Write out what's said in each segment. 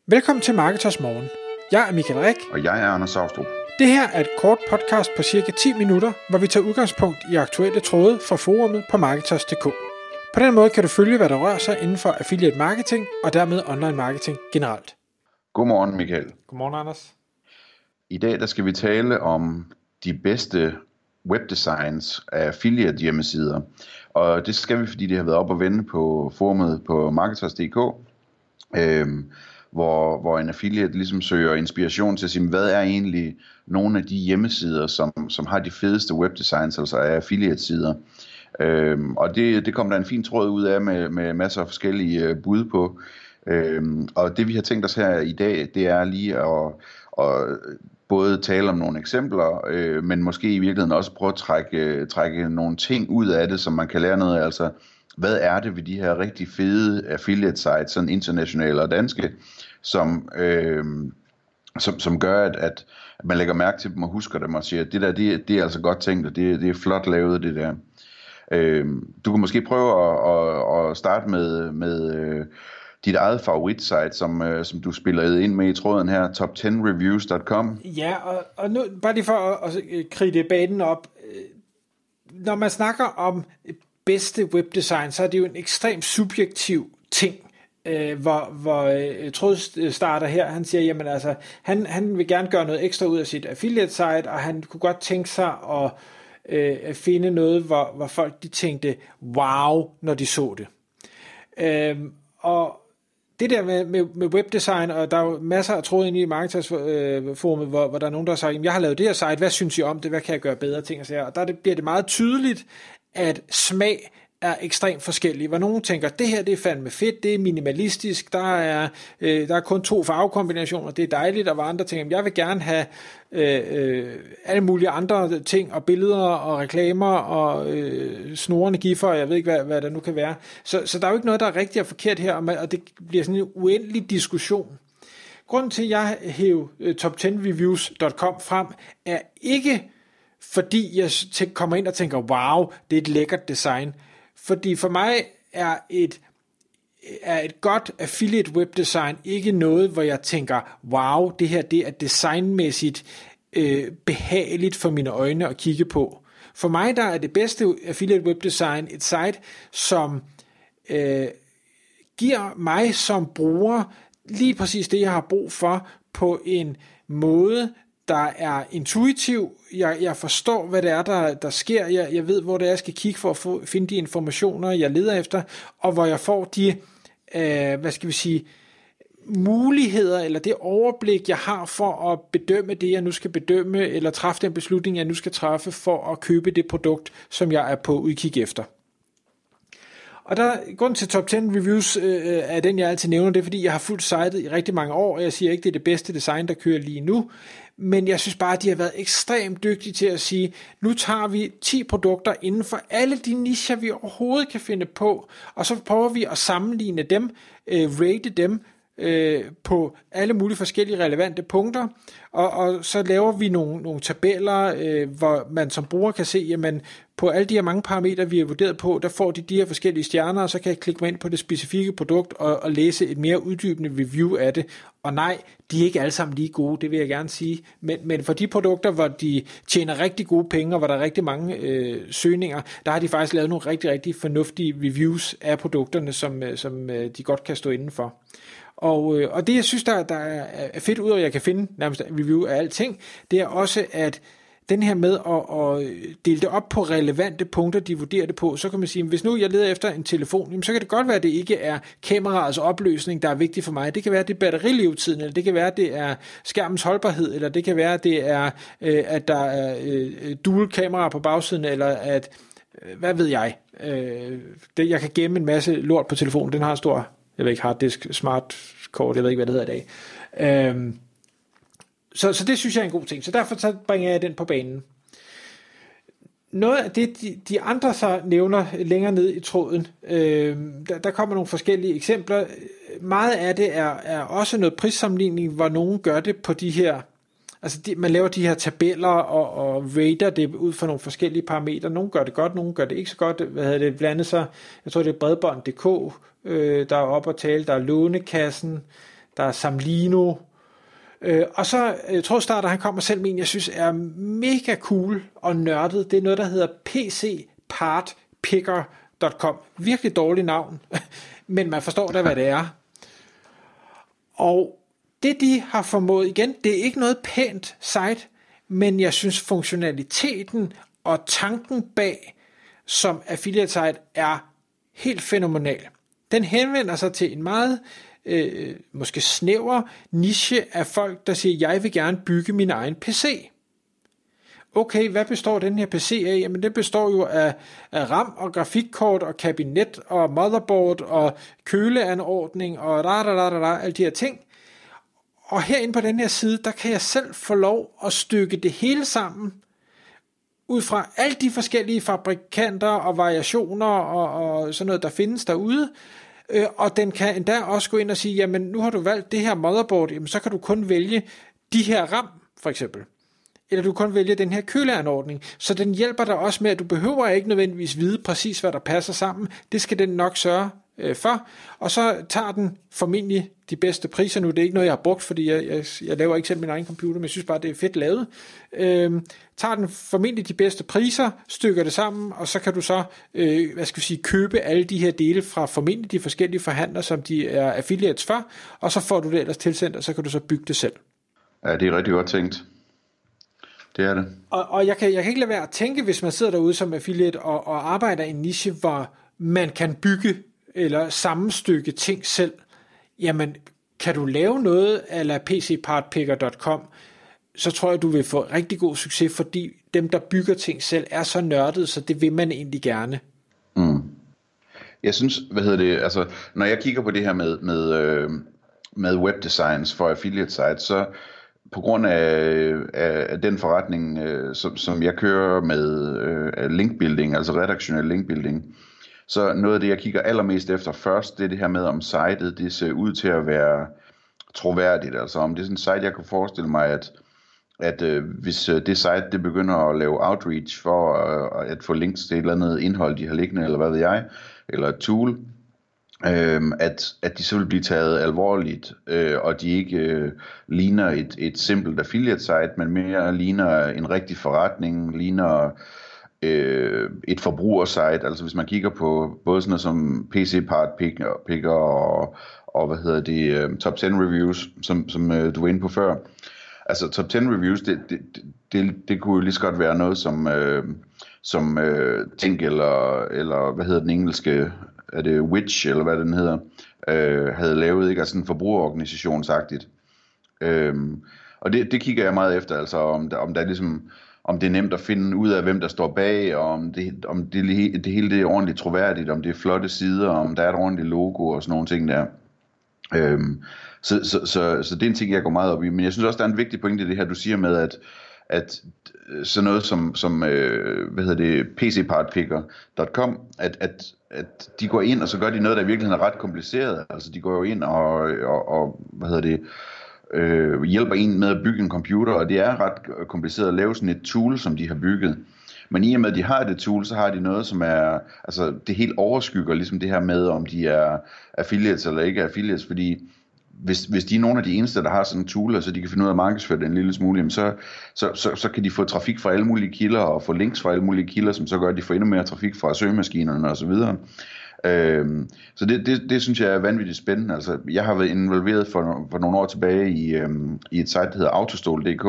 Velkommen til Marketers Morgen. Jeg er Michael Rik. Og jeg er Anders Saustrup. Det her er et kort podcast på cirka 10 minutter, hvor vi tager udgangspunkt i aktuelle tråde fra forumet på Marketers.dk. På den måde kan du følge, hvad der rører sig inden for affiliate marketing og dermed online marketing generelt. Godmorgen, Michael. Godmorgen, Anders. I dag der skal vi tale om de bedste webdesigns af affiliate hjemmesider. Og det skal vi, fordi det har været op at vende på forumet på Marketers.dk, hvor en affiliate ligesom søger inspiration til at sige, hvad er egentlig nogle af de hjemmesider, som har de fedeste webdesigns, altså af affiliate-sider. Og det kom der en fin tråd ud af med masser af forskellige bud på. Og det vi har tænkt os her i dag, det er lige at både tale om nogle eksempler, men måske i virkeligheden også prøve at trække nogle ting ud af det, som man kan lære noget af. Altså, hvad er det ved de her rigtig fede affiliate sites, sådan internationale og danske, som gør, at man lægger mærke til dem og husker dem og siger, at det der, det er altså godt tænkt, og det er flot lavet, det der. Du kan måske prøve at starte med dit eget favoritsite, som du spillede ind med i tråden her, top10reviews.com. Ja, og nu bare lige for at kridte banen op. Når man snakker om bedste webdesign, så er det jo en ekstremt subjektiv ting, hvor Tråd starter her. Han siger, jamen altså, han vil gerne gøre noget ekstra ud af sit affiliate site, og han kunne godt tænke sig at finde noget, hvor folk de tænkte, wow, når de så det. Og det der med webdesign, og der er jo masser af tråd inde i Marketers-forumet, hvor der er nogen, der har sagt, jeg har lavet det her site, hvad synes I om det, hvad kan jeg gøre bedre ting? Og der bliver det meget tydeligt, at smag er ekstremt forskellige, hvor nogen tænker, det her det er fandme fedt, det er minimalistisk, der er kun 2 farvekombinationer, det er dejligt, og hvor andre tænker, jeg vil gerne have alle mulige andre ting, og billeder, og reklamer, og snorende giffer, og jeg ved ikke, hvad der nu kan være. Så der er jo ikke noget, der er rigtigt og forkert her, og det bliver sådan en uendelig diskussion. Grunden til, at jeg hæver top10reviews.com frem, er ikke fordi jeg kommer ind og tænker, wow, det er et lækkert design. Fordi for mig er et godt affiliate webdesign ikke noget, hvor jeg tænker, wow, det her det er designmæssigt behageligt for mine øjne at kigge på. For mig der er det bedste affiliate webdesign et site, som giver mig som bruger lige præcis det, jeg har brug for på en måde, der er intuitiv, jeg forstår, hvad det er, der sker, jeg ved, hvor det er, jeg skal kigge for at finde de informationer, jeg leder efter, og hvor jeg får de, muligheder, eller det overblik, jeg har for at bedømme det, jeg nu skal bedømme, eller træffe den beslutning, jeg nu skal træffe, for at købe det produkt, som jeg er på udkig efter. Og grunden til top 10 reviews er den, jeg altid nævner, det er, fordi jeg har fulgt sitet i rigtig mange år, og jeg siger ikke, det er det bedste design, der kører lige nu, men jeg synes bare, at de har været ekstremt dygtige til at sige, nu tager vi 10 produkter inden for alle de nicher, vi overhovedet kan finde på, og så prøver vi at sammenligne dem, rate dem, på alle mulige forskellige relevante punkter, og så laver vi nogle tabeller, hvor man som bruger kan se, jamen på alle de her mange parametre, vi har vurderet på, der får de her forskellige stjerner, og så kan jeg klikke mig ind på det specifikke produkt og læse et mere uddybende review af det. Og nej, de er ikke alle sammen lige gode, det vil jeg gerne sige, men for de produkter, hvor de tjener rigtig gode penge, og hvor der er rigtig mange søgninger, der har de faktisk lavet nogle rigtig, rigtig fornuftige reviews af produkterne, som de godt kan stå inden for. Og det, jeg synes, der er fedt ud af, at jeg kan finde nærmest review af alting, det er også, at den her med at dele det op på relevante punkter, de vurderer det på, så kan man sige, hvis nu jeg leder efter en telefon, jamen, så kan det godt være, at det ikke er kameraets opløsning, der er vigtigt for mig. Det kan være, at det er batterilevetiden, eller det kan være, at det er skærmens holdbarhed, eller det kan være, at det er, at der er dual kamera på bagsiden, eller at, hvad ved jeg, jeg kan gemme en masse lort på telefonen, den har en stor, jeg ved ikke, harddisk, smart kort, jeg ved ikke, hvad det hedder i dag. Så det synes jeg er en god ting. Så derfor så bringer jeg den på banen. Noget af det, de andre så nævner længere ned i tråden, der kommer nogle forskellige eksempler. Meget af det er også noget prissammenligning, hvor nogen gør det på de her, altså man laver de her tabeller og rater det ud fra nogle forskellige parametre. Nogle gør det godt, nogle gør det ikke så godt. Blandt andet så, jeg tror det er bredbånd.dk, der er oppe at tale, der er Lånekassen, der er Samlino, og så Trådstarter, han kommer selv med en, jeg synes er mega cool og nørdet. Det er noget, der hedder pcpartpicker.com. Virkelig dårligt navn, men man forstår da, hvad det er. Og det, de har formået, igen, det er ikke noget pænt site, men jeg synes, funktionaliteten og tanken bag som affiliate site er helt fænomenal. Den henvender sig til en meget måske snæver niche af folk, der siger, jeg vil gerne bygge min egen PC. Okay, hvad består den her PC af? Jamen, det består jo af RAM og grafikkort og kabinet og motherboard og køleanordning og alle de her ting. Og herinde på den her side, der kan jeg selv få lov at stykke det hele sammen ud fra alle de forskellige fabrikanter og variationer og sådan noget, der findes derude. Og den kan endda også gå ind og sige, jamen nu har du valgt det her motherboard, jamen så kan du kun vælge de her RAM, for eksempel. Eller du kan kun vælge den her køleanordning. Så den hjælper dig også med, at du behøver ikke nødvendigvis vide præcis, hvad der passer sammen. Det skal den nok sørge for. Og så tager den formentlig de bedste priser nu. Det er ikke noget, jeg har brugt, fordi jeg laver ikke selv min egen computer, men jeg synes bare, det er fedt lavet. Tager den formentlig de bedste priser, stykker det sammen, og så kan du så købe alle de her dele fra formentlig de forskellige forhandlere, som de er affiliates for, og så får du det ellers tilsendt, og så kan du så bygge det selv. Ja, det er rigtig godt tænkt. Det er det. Og jeg kan ikke lade være at tænke, hvis man sidder derude som affiliate og arbejder i en niche, hvor man kan bygge eller sammenstykke ting selv, jamen kan du lave noget ala pcpartpicker.com, så tror jeg, du vil få rigtig god succes, fordi dem, der bygger ting selv, er så nørdet, så det vil man egentlig gerne. Jeg synes, altså, når jeg kigger på det her med webdesigns for affiliate sites, så på grund af den forretning, som jeg kører med linkbuilding, altså redaktionel linkbuilding, så noget af det, jeg kigger allermest efter først, det er det her med, om sitet det ser ud til at være troværdigt. Altså om det er sådan et site, jeg kan forestille mig, at hvis det site det begynder at lave outreach for at få links til et eller andet indhold, de har liggende, eller hvad ved jeg, eller et tool, at de så vil blive taget alvorligt, og de ikke ligner et simpelt affiliate site, men mere ligner en rigtig forretning, ligner et forbrugersite. Altså hvis man kigger på både sådan noget som pcpartpicker og top 10 reviews, som du var inde på før. Altså top 10 reviews, det kunne jo lige så godt være noget som Tink eller hvad hedder den engelske, er det Witch eller hvad den hedder, havde lavet, ikke? Altså sådan forbrugerorganisationsagtigt. Og det kigger jeg meget efter, altså om der er ligesom, om det er nemt at finde ud af, hvem der står bag, og om det hele det er ordentligt troværdigt, om det er flotte sider, om der er et ordentligt logo og sådan nogle ting der. Så det er en ting, jeg går meget op i. Men jeg synes også, der er en vigtig pointe i det her, du siger med, at sådan noget som pcpartpicker.com, at de går ind, og så gør de noget, der i virkeligheden er ret kompliceret. Altså de går jo ind og hjælper en med at bygge en computer, og det er ret kompliceret at lave sådan et tool, som de har bygget. Men i og med, at de har det tool, så har de noget, som er, altså det helt overskygger ligesom det her med, om de er affiliates eller ikke er affiliates, fordi hvis de er nogle af de eneste, der har sådan en tool, så de kan finde ud af at markedsføre det en lille smule, så kan de få trafik fra alle mulige kilder, og få links fra alle mulige kilder, som så gør, at de får endnu mere trafik fra søgemaskinerne osv. Så det synes jeg er vanvittigt spændende. Altså, jeg har været involveret for nogle år tilbage i et site, der hedder autostol.dk,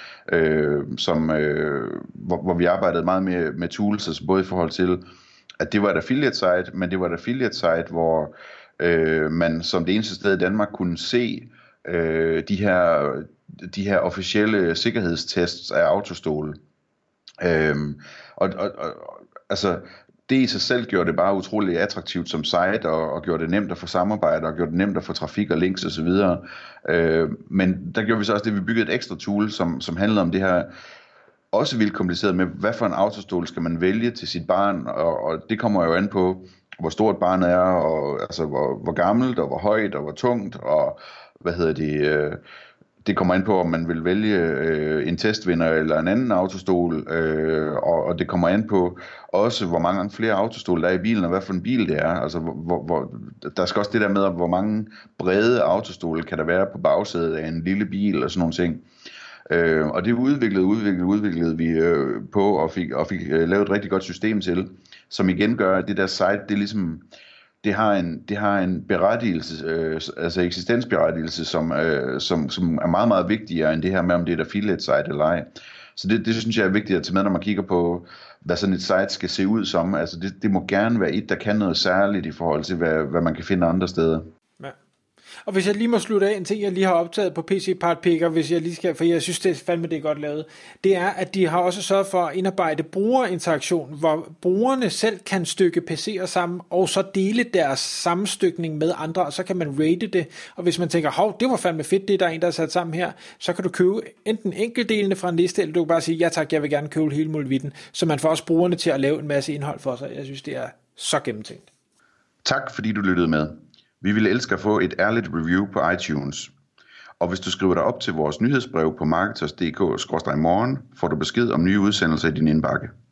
hvor vi arbejdede meget med tools, altså både i forhold til, at det var et affiliate site, men det var et affiliate site, hvor man som det eneste sted i Danmark kunne se de her officielle sikkerhedstests af autostol. Altså det i sig selv gjorde det bare utrolig attraktivt som site, og gjorde det nemt at få samarbejde, og gjorde det nemt at få trafik og links osv. Men der gjorde vi så også det, vi byggede et ekstra tool, som handlede om det her, også vildt kompliceret med, hvad for en autostol skal man vælge til sit barn, og det kommer jo an på, hvor stort barnet er, og altså hvor gammelt, og hvor højt, og hvor tungt, og Det kommer an på, om man vil vælge en testvinder eller en anden autostol, og det kommer an på også, hvor mange flere autostole der er i bilen, og hvad for en bil det er. Altså, der skal også det der med, hvor mange brede autostole kan der være på bagsædet af en lille bil og sådan nogle ting. Og det udviklede vi på og fik lavet et rigtig godt system til, som igen gør, at det der site, det ligesom... Det har en berettigelse, altså eksistensberettigelse, som er meget, meget vigtigere end det her med, om det er et affiliate site eller ej. Så det synes jeg er vigtigt at tage med, når man kigger på, hvad sådan et site skal se ud som. Altså det må gerne være et, der kan noget særligt i forhold til, hvad man kan finde andre steder. Ja. Og hvis jeg lige må slutte af, en ting jeg lige har optaget på PC Part Picker, hvis jeg lige skal, for jeg synes det er fandme det er godt lavet, det er, at de har også sørget for at indarbejde brugerinteraktion, hvor brugerne selv kan stykke PC'er sammen, og så dele deres sammenstykning med andre, og så kan man rate det, og hvis man tænker, hov, det var fandme fedt, det der er en, der er sat sammen her, så kan du købe enten enkeltdelene fra en liste, eller du kan bare sige, ja tak, jeg vil gerne købe hele muligheden, så man får også brugerne til at lave en masse indhold for sig. Jeg synes, det er så gennemtænkt. Tak fordi du lyttede med. Vi ville elske at få et ærligt review på iTunes. Og hvis du skriver dig op til vores nyhedsbrev på marketers.dk/morgen, får du besked om nye udsendelser i din indbakke.